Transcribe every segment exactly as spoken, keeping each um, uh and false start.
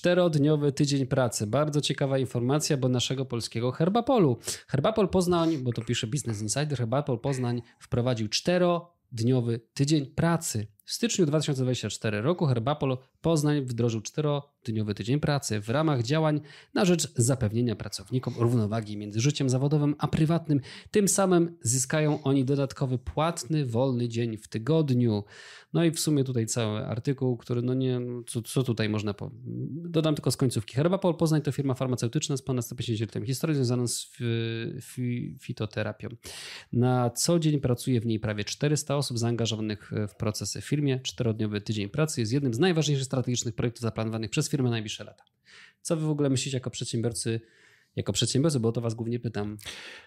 czterodniowy tydzień pracy. Bardzo ciekawa informacja, bo naszego polskiego Herbapolu. Herbapol Poznań, bo to pisze Business Insider, Herbapol Poznań wprowadził czterodniowy tydzień pracy. W styczniu dwa tysiące dwudziestego czwartego roku Herbapol Poznań wdrożył czterodniowy tydzień pracy w ramach działań na rzecz zapewnienia pracownikom równowagi między życiem zawodowym a prywatnym. Tym samym zyskają oni dodatkowy płatny, wolny dzień w tygodniu. No i w sumie tutaj cały artykuł, który no nie, co, co tutaj można powiedzieć. Dodam tylko z końcówki. Herbapol Poznań to firma farmaceutyczna z ponad sto pięćdziesięcioma latami historii związaną z fi, fitoterapią. Na co dzień pracuje w niej prawie czterysta osób zaangażowanych w procesy w firmie. Czterodniowy tydzień pracy jest jednym z najważniejszych strategicznych projektów zaplanowanych przez firmę na najbliższe lata. Co wy w ogóle myślicie jako przedsiębiorcy, jako przedsiębiorcy, bo o to was głównie pytam.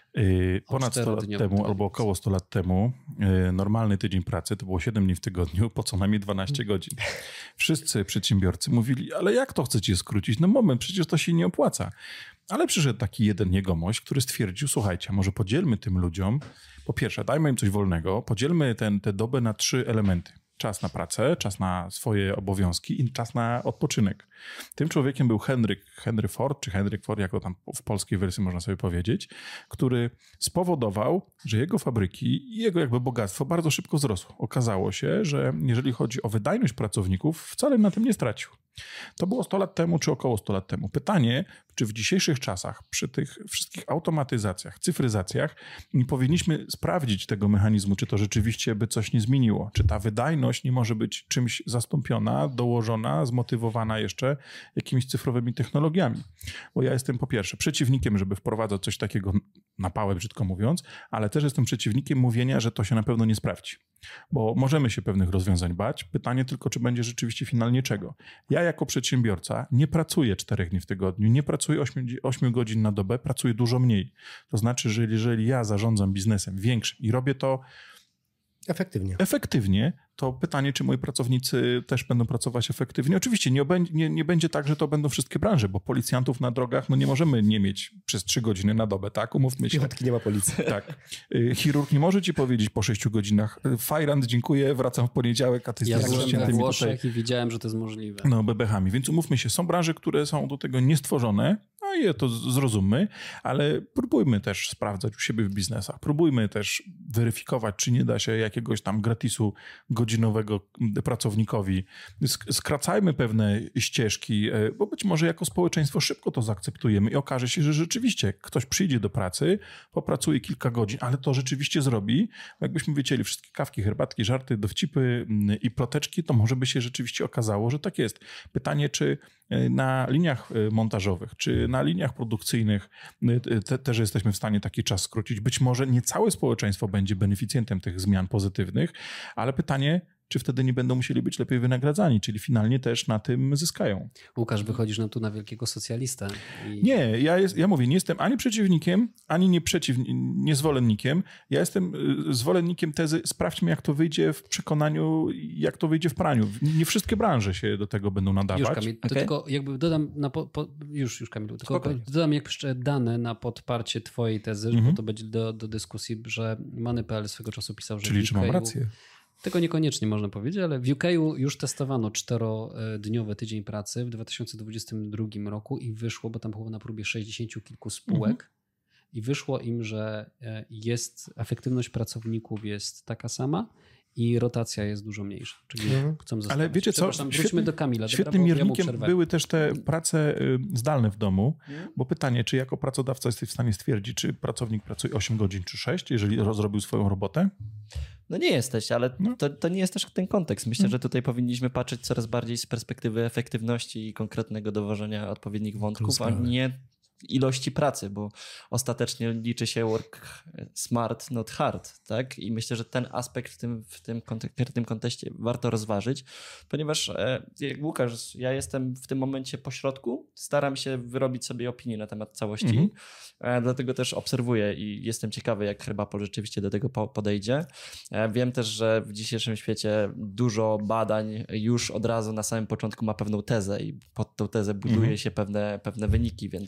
Yy, ponad sto lat temu, albo około sto lat temu, yy, normalny tydzień pracy to było siedem dni w tygodniu, po co najmniej dwanaście godzin. Wszyscy przedsiębiorcy mówili, ale jak to chcecie skrócić? No moment, przecież to się nie opłaca. Ale przyszedł taki jeden jegomość, który stwierdził, słuchajcie, może podzielmy tym ludziom, po pierwsze, dajmy im coś wolnego, podzielmy ten, tę dobę na trzy elementy. Czas na pracę, czas na swoje obowiązki i czas na odpoczynek. Tym człowiekiem był Henryk, Henry Ford, czy Henryk Ford, jak to tam w polskiej wersji można sobie powiedzieć, który spowodował, że jego fabryki i jego jakby bogactwo bardzo szybko wzrosło. Okazało się, że jeżeli chodzi o wydajność pracowników, wcale na tym nie stracił. To było sto lat temu, czy około sto lat temu. Pytanie, czy w dzisiejszych czasach, przy tych wszystkich automatyzacjach, cyfryzacjach, nie powinniśmy sprawdzić tego mechanizmu, czy to rzeczywiście by coś nie zmieniło, czy ta wydajność nie może być czymś zastąpiona, dołożona, zmotywowana jeszcze jakimiś cyfrowymi technologiami. Bo ja jestem po pierwsze przeciwnikiem, żeby wprowadzać coś takiego na pałę, brzydko mówiąc, ale też jestem przeciwnikiem mówienia, że to się na pewno nie sprawdzi. Bo możemy się pewnych rozwiązań bać. Pytanie tylko, czy będzie rzeczywiście finalnie czego. Ja jako przedsiębiorca nie pracuję czterech dni w tygodniu, nie pracuję ośmiu godzin na dobę, pracuję dużo mniej. To znaczy, że jeżeli ja zarządzam biznesem większym i robię to efektywnie, efektywnie to pytanie, czy moi pracownicy też będą pracować efektywnie. Oczywiście nie, nie, nie będzie tak, że to będą wszystkie branże, bo policjantów na drogach no nie możemy nie mieć przez trzy godziny na dobę, tak? Umówmy się. Piłatki nie ma policji. Tak. Chirurg nie może ci powiedzieć po sześciu godzinach, Fajrant, dziękuję, wracam w poniedziałek, a ty ja jesteś byłem we Włoszech tutaj... i widziałem, że to jest możliwe. No, bebechami. Więc umówmy się, są branże, które są do tego niestworzone, no i to zrozummy, ale próbujmy też sprawdzać u siebie w biznesach. Próbujmy też weryfikować, czy nie da się jakiegoś tam gratisu godzinowego pracownikowi. Skracajmy pewne ścieżki, bo być może jako społeczeństwo szybko to zaakceptujemy i okaże się, że rzeczywiście ktoś przyjdzie do pracy, popracuje kilka godzin, ale to rzeczywiście zrobi. Jakbyśmy wycięli wszystkie kawki, herbatki, żarty, dowcipy i ploteczki, to może by się rzeczywiście okazało, że tak jest. Pytanie, czy na liniach montażowych, czy na liniach produkcyjnych te, też jesteśmy w stanie taki czas skrócić. Być może nie całe społeczeństwo będzie beneficjentem tych zmian pozytywnych, ale pytanie, czy wtedy nie będą musieli być lepiej wynagradzani, czyli finalnie też na tym zyskają. Łukasz, wychodzisz nam tu na wielkiego socjalistę. I... Nie, ja, jest, ja mówię, nie jestem ani przeciwnikiem, ani nie, przeciw, nie zwolennikiem. Ja jestem zwolennikiem tezy, sprawdźmy jak to wyjdzie w przekonaniu, jak to wyjdzie w praniu. Nie wszystkie branże się do tego będą nadawać. Już, Kamil, to okay. Tylko jakby dodam, na po, po, już, już Kamilu, tylko Spokojnie. dodam jeszcze dane na podparcie twojej tezy, mm-hmm. bo to będzie do, do dyskusji, że Money kropka p l swego czasu pisał, że Czyli czy mam rację? Tego niekoniecznie można powiedzieć, ale w U K już testowano czterodniowy tydzień pracy w dwa tysiące dwudziestym drugim roku i wyszło, bo tam było na próbie sześćdziesięciu kilku spółek mhm. i wyszło im, że jest efektywność pracowników jest taka sama i rotacja jest dużo mniejsza. Czyli mhm. chcą zostawić. Ale wiecie co? Wróćmy do Kamila. Świetnym dobra, miernikiem ja były też te prace zdalne w domu, mhm. bo pytanie, czy jako pracodawca jesteś w stanie stwierdzić, czy pracownik pracuje osiem godzin czy sześć, jeżeli zrobił swoją robotę? No nie jesteś, ale no. to, to nie jest też ten kontekst. Myślę, hmm. że tutaj powinniśmy patrzeć coraz bardziej z perspektywy efektywności i konkretnego dowożenia odpowiednich wątków, a nie ilości pracy, bo ostatecznie liczy się work smart, not hard, tak? I myślę, że ten aspekt w tym, w tym konkretnym kontekście warto rozważyć, ponieważ jak Łukasz, ja jestem w tym momencie po środku, staram się wyrobić sobie opinię na temat całości, mm-hmm. dlatego też obserwuję i jestem ciekawy, jak Herbapol rzeczywiście do tego podejdzie. Wiem też, że w dzisiejszym świecie dużo badań już od razu na samym początku ma pewną tezę i pod tą tezę buduje mm-hmm. się pewne, pewne wyniki, więc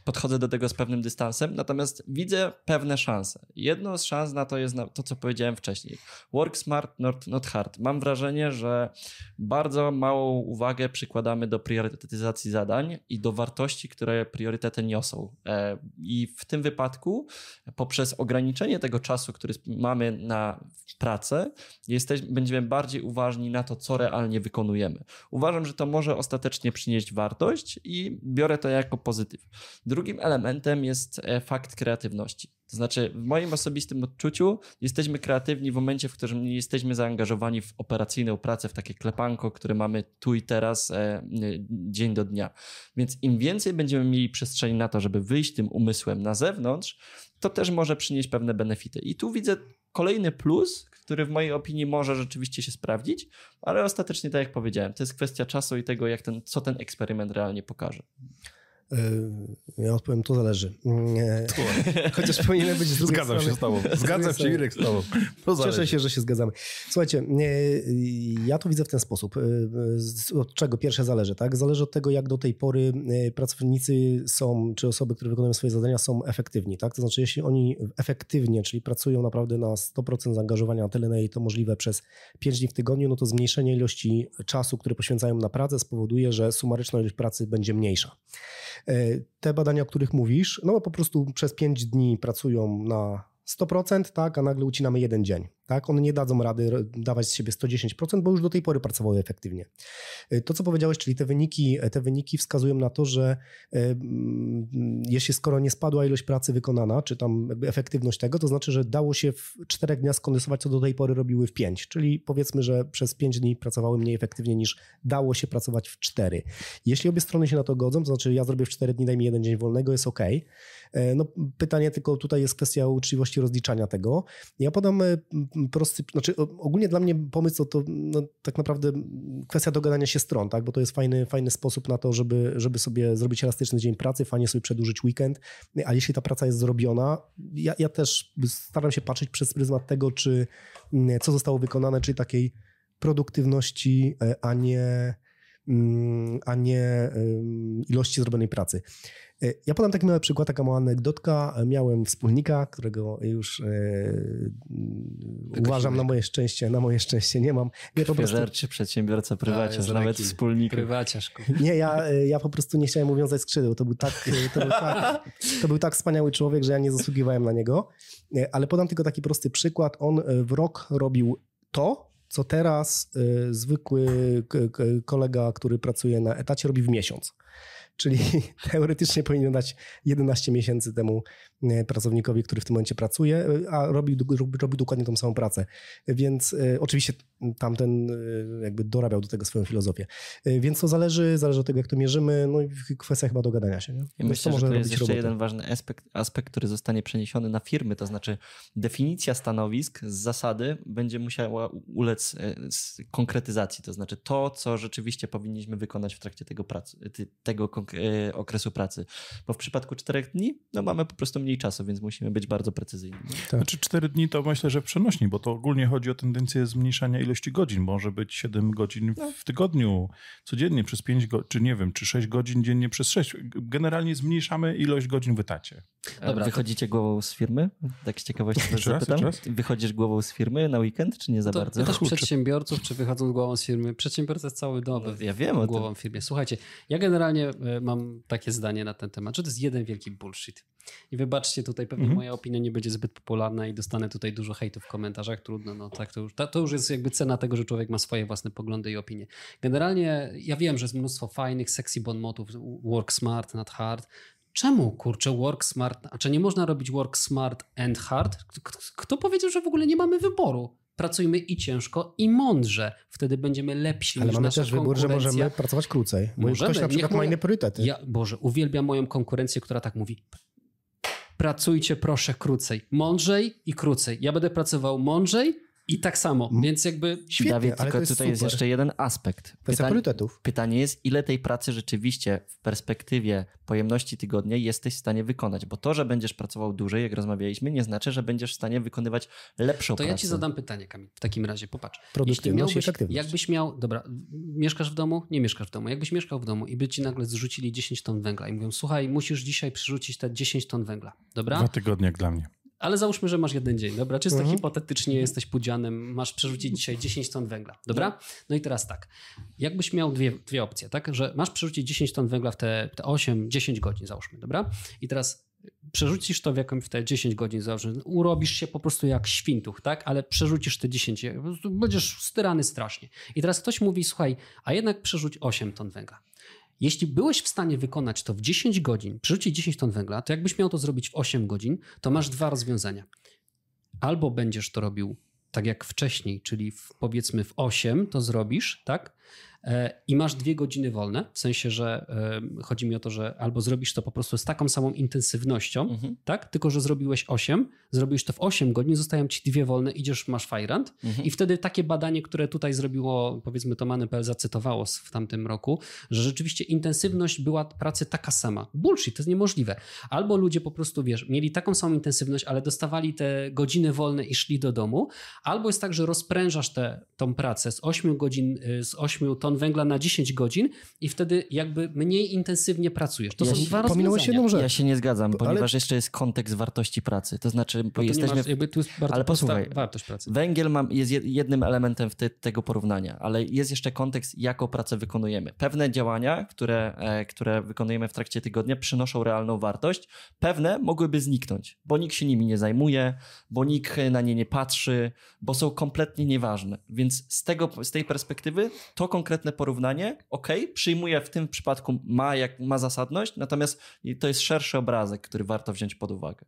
podchodzę do tego z pewnym dystansem, natomiast widzę pewne szanse. Jedną z szans na to jest na to, co powiedziałem wcześniej. Work smart, not, not hard. Mam wrażenie, że bardzo małą uwagę przykładamy do priorytetyzacji zadań i do wartości, które priorytety niosą. I w tym wypadku poprzez ograniczenie tego czasu, który mamy na pracę, jesteś, będziemy bardziej uważni na to, co realnie wykonujemy. Uważam, że to może ostatecznie przynieść wartość i biorę to jako pozytyw. Drugim elementem jest fakt kreatywności. To znaczy w moim osobistym odczuciu jesteśmy kreatywni w momencie, w którym nie jesteśmy zaangażowani w operacyjną pracę, w takie klepanko, które mamy tu i teraz e, dzień do dnia. Więc im więcej będziemy mieli przestrzeni na to, żeby wyjść tym umysłem na zewnątrz, to też może przynieść pewne benefity. I tu widzę kolejny plus, który w mojej opinii może rzeczywiście się sprawdzić, ale ostatecznie, tak jak powiedziałem, to jest kwestia czasu i tego, jak ten, co ten eksperyment realnie pokaże. Ja odpowiem, to zależy. Chociaż powinienem być z drugiej Zgadzam strony. się z tobą. Zgadzam się, Irek, z tobą. To Cieszę zależy. się, że się zgadzamy. Słuchajcie, ja to widzę w ten sposób. Od czego pierwsze zależy, tak? Zależy od tego, jak do tej pory pracownicy są, czy osoby, które wykonują swoje zadania, są efektywni, tak? To znaczy, jeśli oni efektywnie, czyli pracują naprawdę na sto procent zaangażowania, na tyle, na ile to możliwe przez pięć dni w tygodniu, no to zmniejszenie ilości czasu, który poświęcają na pracę, spowoduje, że sumaryczna ilość pracy będzie mniejsza. Te badania, o których mówisz, no po prostu przez pięć dni pracują na sto procent, tak, a nagle ucinamy jeden dzień. Tak? One nie dadzą rady dawać z siebie sto dziesięć procent, bo już do tej pory pracowały efektywnie. To, co powiedziałeś, czyli te wyniki, te wyniki wskazują na to, że y, jeśli skoro nie spadła ilość pracy wykonana, czy tam jakby efektywność tego, to znaczy, że dało się w czterech dniach skondensować, co do tej pory robiły w pięć. Czyli powiedzmy, że przez pięć dni pracowały mniej efektywnie niż dało się pracować w cztery. Jeśli obie strony się na to godzą, to znaczy ja zrobię w cztery dni, daj mi jeden dzień wolnego, jest ok. No, pytanie tylko tutaj jest kwestia uczciwości rozliczania tego. Ja podam prosty, znaczy ogólnie dla mnie pomysł to, to no, tak naprawdę kwestia dogadania się stron, tak? Bo to jest fajny, fajny sposób na to, żeby, żeby sobie zrobić elastyczny dzień pracy, fajnie sobie przedłużyć weekend, a jeśli ta praca jest zrobiona, ja, ja też staram się patrzeć przez pryzmat tego, czy co zostało wykonane, czyli takiej produktywności, a nie, a nie ilości zrobionej pracy. Ja podam taki mały przykład, taka mała anegdotka. Miałem wspólnika, którego już e, uważam na moje szczęście, na moje szczęście nie mam. Ja po prostu... Żerczy, przedsiębiorca, prywaciarz, nawet wspólnik. Prywaciarz. Nie, ja, ja po prostu nie chciałem mu wiązać skrzydeł. To był, tak, to, był tak, to był tak wspaniały człowiek, że ja nie zasługiwałem na niego. Ale podam tylko taki prosty przykład. On w rok robił to, co teraz y, zwykły k- k- kolega, który pracuje na etacie, robi w miesiąc. Czyli teoretycznie powinien dać jedenaście miesięcy temu pracownikowi, który w tym momencie pracuje, a robi, robi dokładnie tą samą pracę. Więc y, oczywiście tamten y, jakby dorabiał do tego swoją filozofię. Y, więc to zależy, zależy od tego, jak to mierzymy. No i kwestia chyba dogadania się. Nie? Ja myślę, to że to jest jeszcze robotę. jeden ważny aspekt, aspekt, który zostanie przeniesiony na firmy, to znaczy definicja stanowisk z zasady będzie musiała ulec konkretyzacji, to znaczy to, co rzeczywiście powinniśmy wykonać w trakcie tego, pracy, tego okresu pracy. Bo w przypadku czterech dni no mamy po prostu mniej czasu, więc musimy być bardzo precyzyjni. Tak. Znaczy cztery dni to myślę, że przenośni, bo to ogólnie chodzi o tendencję zmniejszania ilości godzin. Może być siedem godzin w, w tygodniu, codziennie przez pięć godzin, czy nie wiem, czy sześć godzin dziennie przez sześć. Generalnie zmniejszamy ilość godzin w etacie. Dobra, wychodzicie to... głową z firmy? Tak z ciekawości też zapytam. Raz, Wychodzisz głową z firmy na weekend, czy nie za to, bardzo? To też przedsiębiorców, czy wychodzą głową z firmy? Przedsiębiorca jest cały dobry. No, ja wiem głową w firmie. Słuchajcie, ja generalnie mam takie zdanie na ten temat, że to jest jeden wielki bullshit. I wybaczcie, tutaj pewnie mm-hmm. moja opinia nie będzie zbyt popularna i dostanę tutaj dużo hejtu w komentarzach. Trudno, no tak, to już, to już jest jakby cena tego, że człowiek ma swoje własne poglądy i opinie. Generalnie ja wiem, że jest mnóstwo fajnych, sexy bonmotów, work smart, not hard. Czemu, kurczę, work smart, a czy nie można robić work smart and hard? Kto powiedział, że w ogóle nie mamy wyboru? Pracujmy i ciężko, i mądrze. Wtedy będziemy lepsi Ale niż mamy nasza też wybór, że możemy pracować krócej. Bo możemy. Ktoś na przykład ma inne priorytety. Ja, Boże, uwielbiam moją konkurencję, która tak mówi. Pracujcie proszę krócej. Mądrzej i krócej. Ja będę pracował mądrzej I tak samo, więc jakby... Świetnie, Dawid, tylko jest tutaj super. Jest jeszcze jeden aspekt. Pytań, priorytetów. Pytanie jest, ile tej pracy rzeczywiście w perspektywie pojemności tygodnia jesteś w stanie wykonać, bo to, że będziesz pracował dłużej, jak rozmawialiśmy, nie znaczy, że będziesz w stanie wykonywać lepszą to pracę. To ja ci zadam pytanie, Kamil, w takim razie, popatrz. Produktywność i efektywność. Jakbyś miał, dobra, mieszkasz w domu? Nie mieszkasz w domu. Jakbyś mieszkał w domu i by ci nagle zrzucili dziesięć ton węgla i mówią, słuchaj, musisz dzisiaj przerzucić te dziesięć ton węgla, dobra? Dwa tygodnie jak dla mnie. Ale załóżmy, że masz jeden dzień, dobra? Czysto mhm. hipotetycznie jesteś pudzianem, masz przerzucić dzisiaj dziesięć ton węgla, dobra? No i teraz tak, jakbyś miał dwie, dwie opcje, tak? Że masz przerzucić dziesięć ton węgla w te, te osiem dziesięć godzin, załóżmy, dobra? I teraz przerzucisz to w, jakim, w te dziesięć godzin, załóżmy, urobisz się po prostu jak świntuch, tak? Ale przerzucisz te dziesięć, będziesz styrany strasznie. I teraz ktoś mówi, słuchaj, a jednak przerzuć osiem ton węgla. Jeśli byłeś w stanie wykonać to w dziesięć godzin, przerzucić dziesięć ton węgla, to jakbyś miał to zrobić w osiem godzin, to masz dwa rozwiązania. Albo będziesz to robił tak jak wcześniej, czyli w, powiedzmy w osiem to zrobisz, tak? E, I masz dwie godziny wolne, w sensie, że e, chodzi mi o to, że albo zrobisz to po prostu z taką samą intensywnością, mhm. tak? Tylko że zrobiłeś osiem, zrobisz to w osiem godzin, zostają ci dwie wolne, idziesz, masz fajrant mhm. i wtedy takie badanie, które tutaj zrobiło, powiedzmy to Money kropka p l zacytowało w tamtym roku, że rzeczywiście intensywność była pracy taka sama. Bullshit, to jest niemożliwe. Albo ludzie po prostu, wiesz, mieli taką samą intensywność, ale dostawali te godziny wolne i szli do domu, albo jest tak, że rozprężasz tę tą pracę z ośmiu godzin, z ośmiu ton węgla na dziesięć godzin i wtedy jakby mniej intensywnie pracujesz. To ja są się, dwa rozwiązania. Ja się nie zgadzam, ponieważ ale... jeszcze jest kontekst wartości pracy. To znaczy, bo to jesteśmy... Masz, jakby tu jest bardzo ale posłuchaj, wartość pracy. Węgiel ma, jest jednym elementem w te, tego porównania, ale jest jeszcze kontekst, jaką pracę wykonujemy. Pewne działania, które, e, które wykonujemy w trakcie tygodnia, przynoszą realną wartość. Pewne mogłyby zniknąć, bo nikt się nimi nie zajmuje, bo nikt na nie nie patrzy, bo są kompletnie nieważne. Więc z, tego, z tej perspektywy to konkretne porównanie, ok, przyjmuję w tym przypadku, ma, jak, ma zasadność, natomiast to jest szerszy obrazek, który warto wziąć pod uwagę.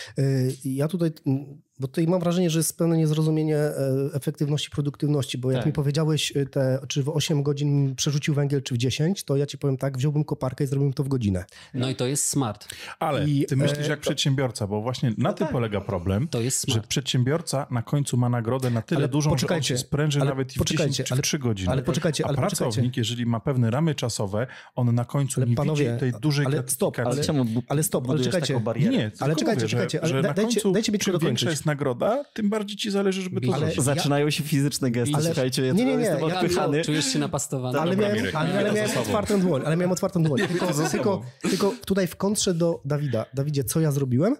Ja tutaj, bo tutaj mam wrażenie, że jest pełne niezrozumienie efektywności, produktywności, bo jak tak. mi powiedziałeś, te, czy w osiem godzin przerzucił węgiel, czy w dziesięć, to ja ci powiem tak, wziąłbym koparkę i zrobiłbym to w godzinę. No i to jest smart. Ale I, ty myślisz jak to, przedsiębiorca, bo właśnie na no tym tak. polega problem, to jest smart. że przedsiębiorca na końcu ma nagrodę na tyle ale dużą, że on się spręży nawet i w dziesięć czy w trzy godziny. Ale poczekajcie, A ale pracownik, poczekajcie. jeżeli ma pewne ramy czasowe, on na końcu ale nie panowie, widzi tej dużej ale stop, ale, czemu ale stop, ale czekajcie. Nie, ale czekajcie, mówię, czekajcie, że, ale że na dajcie, końcu, dajcie mi czym większa jest nagroda, tym bardziej ci zależy, żeby to ale zrobić. Zaczynają się fizyczne gesty, ale, słuchajcie, ja nie, nie, nie, jestem ja, odpychany. Ja, czujesz się napastowany. Ale miałem, ale, ale miałem otwartą dłoń, ale miałem otwartą dłoń. Tylko, tylko, tylko tutaj w kontrze do Dawida. Dawidzie, co ja zrobiłem?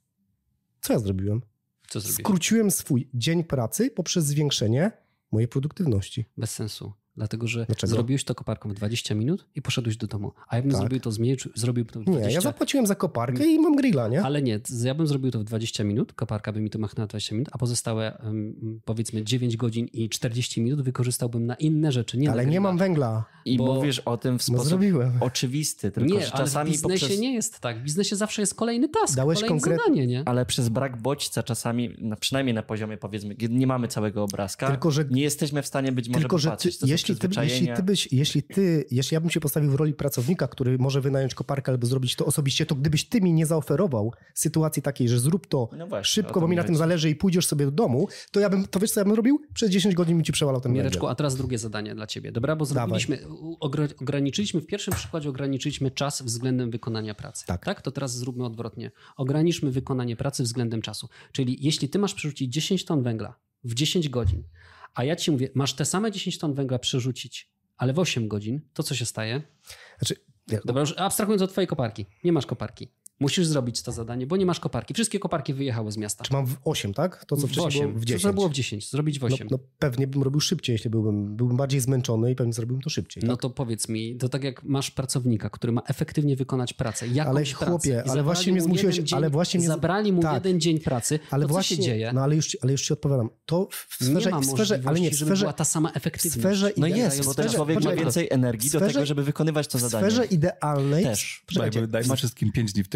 Co ja zrobiłem? Co zrobiłeś? Skróciłem swój dzień pracy poprzez zwiększenie mojej produktywności. Bez sensu. Dlatego, że Dlaczego? zrobiłeś to koparką w dwadzieścia minut i poszedłeś do domu. A ja bym tak. zrobił to zmniej, zrobił to w dwadzieścia... Nie, ja zapłaciłem za koparkę i mam grilla, nie? Ale nie, ja bym zrobił to w dwadzieścia minut, koparka by mi to machnęła dwadzieścia minut, a pozostałe um, powiedzmy dziewięć godzin i czterdzieści minut wykorzystałbym na inne rzeczy. Nie ale nie mam węgla. I bo... mówisz o tym w sposób no zrobiłem. oczywisty. Tylko nie, że ale czasami w biznesie poprzez... nie jest tak. W biznesie zawsze jest kolejny task, Dałeś kolejne konkret... zadanie, nie? Ale przez brak bodźca czasami, no przynajmniej na poziomie powiedzmy, nie mamy całego obrazka, tylko, że... nie jesteśmy w stanie być może tylko, popatrzeć. Że ty, jeśli, ty, jeśli ty byś, jeśli ty, jeśli ja bym się postawił w roli pracownika, który może wynająć koparkę albo zrobić to osobiście, to gdybyś ty mi nie zaoferował sytuacji takiej, że zrób to no właśnie, szybko, bo mi na tym zależy i pójdziesz sobie do domu, to ja bym, to wiesz co ja bym robił? Przez dziesięć godzin mi ci przewalał ten węgiel. Mireczku, a teraz drugie zadanie dla ciebie, dobra? Bo zrobiliśmy, ograniczyliśmy, w pierwszym przykładzie ograniczyliśmy czas względem wykonania pracy. Tak. tak. To teraz zróbmy odwrotnie. Ograniczmy wykonanie pracy względem czasu. Czyli jeśli ty masz przerzucić dziesięć ton węgla w dziesięć godzin, a ja ci mówię, masz te same dziesięć ton węgla przerzucić, ale w osiem godzin, to co się staje? Znaczy, ja... Dobra, już abstrahując od twojej koparki. Nie masz koparki. Musisz zrobić to zadanie, bo nie masz koparki. Wszystkie koparki wyjechały z miasta. Czy mam w osiem, tak? To co wcześniej osiem. było w dziesięć. Co było w dziesięć? Zrobić w osiem. No, no pewnie bym robił szybciej, jeśli byłbym, byłbym bardziej zmęczony i pewnie zrobiłbym to szybciej. No tak? to powiedz mi, to tak jak masz pracownika, który ma efektywnie wykonać pracę, jakąś ale pracę, chłopie, ale właśnie mnie zmusiłeś, dzień, ale właśnie mnie... zabrali mu tak. jeden dzień pracy, ale to właśnie, co się dzieje? No ale już, ale już ci odpowiadam. To w sferze, nie ma w sferze ale nie w żeby sferze, była ta sama efektywność. W sferze no ide- jest, bo ten człowiek ma więcej energii sferze, do tego, żeby wykonywać to zadanie. W sferze idealnej... Też. Dajmy, dajmy wszystkim pięć dni w tygodniu.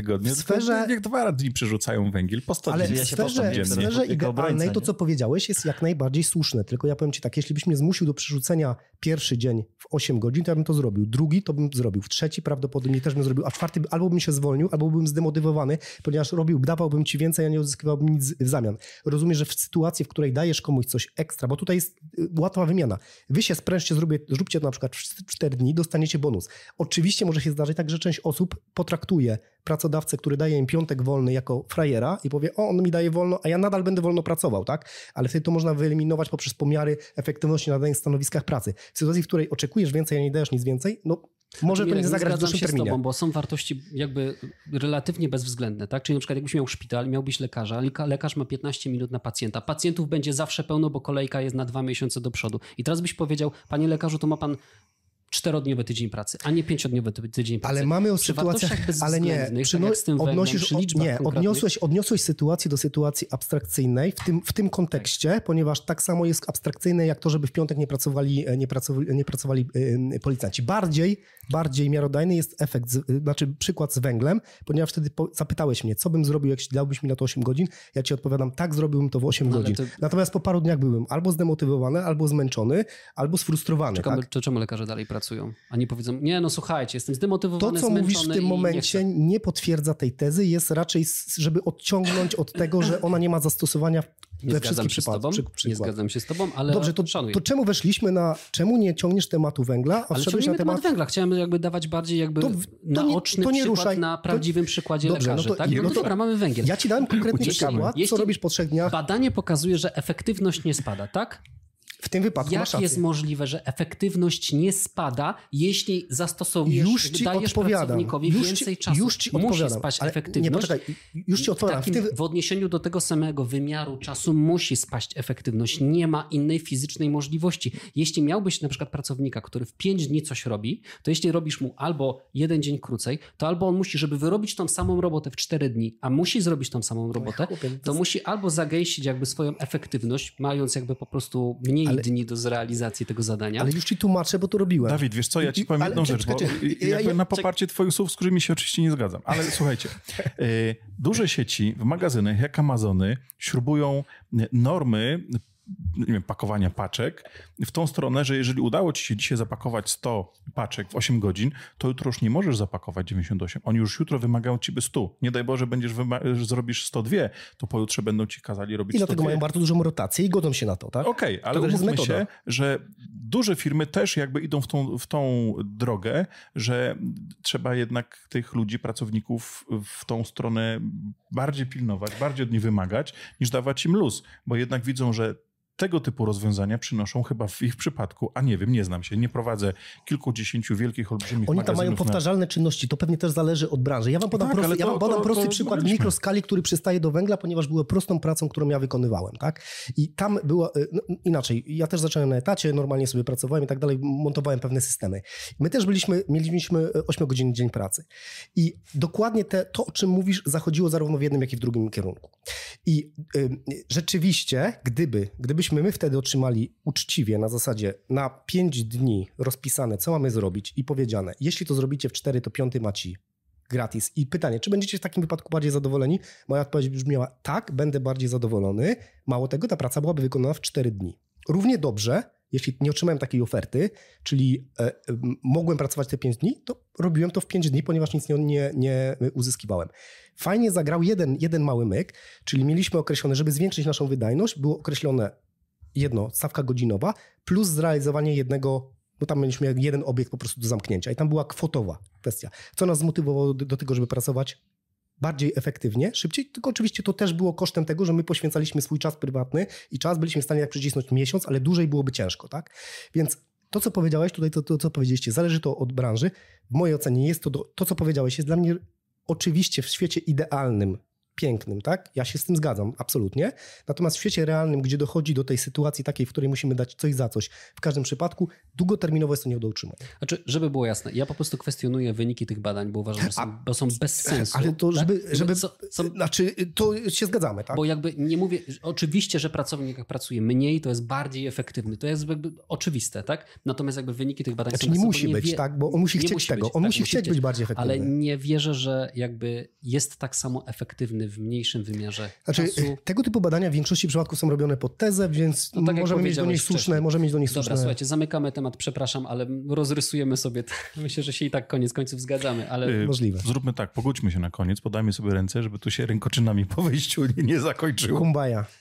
tygodniu, w sferze... niech dwa dni przerzucają węgiel, po sto ale dni. w sferze, w sferze idealnej to, co powiedziałeś, jest jak najbardziej słuszne. Tylko ja powiem ci tak, jeśli byś mnie zmusił do przerzucenia pierwszy dzień w osiem godzin, to ja bym to zrobił. Drugi to bym zrobił. W trzeci prawdopodobnie też bym zrobił. A w czwarty albo bym się zwolnił, albo byłbym zdemotywowany, ponieważ robił, dawałbym ci więcej, a nie uzyskiwałbym nic w zamian. Rozumiesz, że w sytuacji, w której dajesz komuś coś ekstra, bo tutaj jest łatwa wymiana. Wy się sprężcie, zrobię, zróbcie to na przykład w cztery dni, dostaniecie bonus. Oczywiście może się zdarzyć tak, że część osób potraktuje pracodawcę, który daje im piątek wolny jako frajera i powie, o, on mi daje wolno, a ja nadal będę wolno pracował, tak? Ale wtedy to można wyeliminować poprzez pomiary efektywności na danych stanowiskach pracy. W sytuacji, w której oczekujesz więcej, a nie dajesz nic więcej, no może to nie zagrać w dłuższym terminie. Z tobą, bo są wartości jakby relatywnie bezwzględne, tak? Czyli na przykład jakbyś miał szpital, miałbyś lekarza, lekarz ma piętnaście minut na pacjenta. Pacjentów będzie zawsze pełno, bo kolejka jest na dwa miesiące do przodu. I teraz byś powiedział, panie lekarzu, to ma pan czterodniowy tydzień pracy, a nie pięciodniowy tydzień pracy. Ale mamy o sytuacjach, ale nie, przy, tak jak z tym odnosisz, węglem, przy nie odniosłeś, odniosłeś sytuację do sytuacji abstrakcyjnej w tym, w tym kontekście, tak. Ponieważ tak samo jest abstrakcyjne jak to, żeby w piątek nie pracowali, nie pracowali, nie pracowali yy, policjanci. Bardziej, bardziej miarodajny jest efekt, z, znaczy przykład z węglem, ponieważ wtedy po, zapytałeś mnie, co bym zrobił, jak dałbyś mi na to osiem godzin, ja ci odpowiadam, tak, zrobiłbym to w osiem no, godzin. To... Natomiast po paru dniach byłem albo zdemotywowany, albo zmęczony, albo sfrustrowany. Czekamy, tak? to czemu lekarze dalej pracują? A nie powiedzą, nie no słuchajcie, jestem zdemotywowany, to, co mówisz w tym momencie, nie, nie potwierdza tej tezy, jest raczej, żeby odciągnąć od tego, że ona nie ma zastosowania nie we wszystkich przypadkach. Nie zgadzam się z tobą, ale dobrze, to, to czemu weszliśmy na, czemu nie ciągniesz tematu węgla, a ale wszedłeś na temat... temat węgla. Chciałem jakby dawać bardziej jakby to, to naoczny nie, to nie przykład ruszaj. Na prawdziwym to... przykładzie dobrze, lekarzy. No to, tak? No, no to dobra, mamy węgiel. Ja ci dałem konkretny przykład, co robisz po trzech dniach. Badanie pokazuje, że efektywność nie spada, tak? W tym wypadku Jak masz rację. jest możliwe, że efektywność nie spada, jeśli zastosowujesz, już ci dajesz odpowiadam. pracownikowi już więcej ci, czasu? Już ci musi odpowiadam. spaść Ale efektywność. Nie, poczekaj, już ci odpowiadam. W, takim, w, tym... w odniesieniu do tego samego wymiaru czasu musi spaść efektywność. Nie ma innej fizycznej możliwości. Jeśli miałbyś na przykład pracownika, który w pięć dni coś robi, to jeśli robisz mu albo jeden dzień krócej, to albo on musi, żeby wyrobić tą samą robotę w cztery dni, a musi zrobić tą samą robotę, chłopie, to, to jest... musi albo zagęścić jakby swoją efektywność, mając jakby po prostu mniej Ale... dni do zrealizacji tego zadania. Ale już ci tłumaczę, bo to robiłem. Dawid, wiesz co, ja ci powiem jedną rzecz, bo ja, ja, na poparcie czek... twoich słów, z którymi się oczywiście nie zgadzam. Ale słuchajcie, y, duże sieci w magazynach jak Amazony śrubują normy nie wiem, pakowania paczek w tą stronę, że jeżeli udało ci się dzisiaj zapakować sto paczek w osiem godzin, to jutro już nie możesz zapakować dziewięćdziesiąt osiem. Oni już jutro wymagają od ciebie sto. Nie daj Boże, będziesz wyma- zrobisz sto dwa, to pojutrze będą ci kazali robić I sto dwa. dlatego mają bardzo dużą rotację i godzą się na to, tak? Okej, okay, ale umówmy się, że duże firmy też jakby idą w tą, w tą drogę, że trzeba jednak tych ludzi, pracowników w tą stronę bardziej pilnować, bardziej od nich wymagać, niż dawać im luz, bo jednak widzą, że tego typu rozwiązania przynoszą chyba w ich przypadku, a nie wiem, nie znam się, nie prowadzę kilkudziesięciu wielkich, olbrzymich Oni magazynów. Oni tam mają powtarzalne na... czynności, to pewnie też zależy od branży. Ja wam podam, tak, prosty, to, ja wam podam to, prosty to, to przykład w mikroskali, który przystaje do węgla, ponieważ było prostą pracą, którą ja wykonywałem, tak? I tam było, no, inaczej, ja też zacząłem na etacie, normalnie sobie pracowałem i tak dalej, montowałem pewne systemy. My też byliśmy, mieliśmy ośmiogodzinny dzień pracy. I dokładnie te, to, o czym mówisz, zachodziło zarówno w jednym, jak i w drugim kierunku. I y, rzeczywiście, gdyby, gdybyśmy my wtedy otrzymali uczciwie na zasadzie na pięć dni rozpisane, co mamy zrobić i powiedziane, jeśli to zrobicie w cztery, to piąty macie gratis. I pytanie, czy będziecie w takim wypadku bardziej zadowoleni? Moja odpowiedź brzmiała, tak, będę bardziej zadowolony. Mało tego, ta praca byłaby wykonana w cztery dni. Równie dobrze, jeśli nie otrzymałem takiej oferty, czyli e, e, mogłem pracować te pięć dni, to robiłem to w pięć dni, ponieważ nic nie, nie, nie uzyskiwałem. Fajnie zagrał jeden, jeden mały myk, czyli mieliśmy określone, żeby zwiększyć naszą wydajność, było określone jedno, stawka godzinowa, plus zrealizowanie jednego, no tam mieliśmy jeden obiekt po prostu do zamknięcia i tam była kwotowa kwestia, co nas zmotywowało do, do tego, żeby pracować bardziej efektywnie, szybciej, tylko oczywiście to też było kosztem tego, że my poświęcaliśmy swój czas prywatny i czas byliśmy w stanie jak przycisnąć miesiąc, ale dłużej byłoby ciężko, tak? Więc to, co powiedziałeś tutaj, to, to co powiedzieliście, zależy to od branży. W mojej ocenie jest to, do, to, co powiedziałeś, jest dla mnie oczywiście w świecie idealnym pięknym, tak? Ja się z tym zgadzam, absolutnie. Natomiast w świecie realnym, gdzie dochodzi do tej sytuacji takiej, w której musimy dać coś za coś, w każdym przypadku długoterminowo jest to nie do utrzymania. Znaczy, żeby było jasne, ja po prostu kwestionuję wyniki tych badań, bo uważam, że są, A, bo są bez sensu. Ale to, tak? żeby... żeby są, są, znaczy, to się zgadzamy, tak? Bo jakby nie mówię, oczywiście, że pracownik jak pracuje mniej, to jest bardziej efektywny. To jest jakby oczywiste, tak? Natomiast jakby wyniki tych badań znaczy, są... nie musi być, wie... tak? Bo on musi chcieć musi tego. Być, on tak, musi chcieć być, być bardziej efektywny. Ale nie wierzę, że jakby jest tak samo efektywny w mniejszym wymiarze Znaczy, czasu. Tego typu badania w większości przypadków są robione pod tezę, więc no tak możemy, mieć do niej słuszne, możemy mieć do niej słuszne. Dobra, słuchajcie, zamykamy temat, przepraszam, ale rozrysujemy sobie, myślę, że się i tak koniec końców zgadzamy, ale... Yy, Możliwe. Zróbmy tak, pogódźmy się na koniec, podajmy sobie ręce, żeby tu się rękoczynami po wyjściu nie, nie zakończyło. Kumbaya.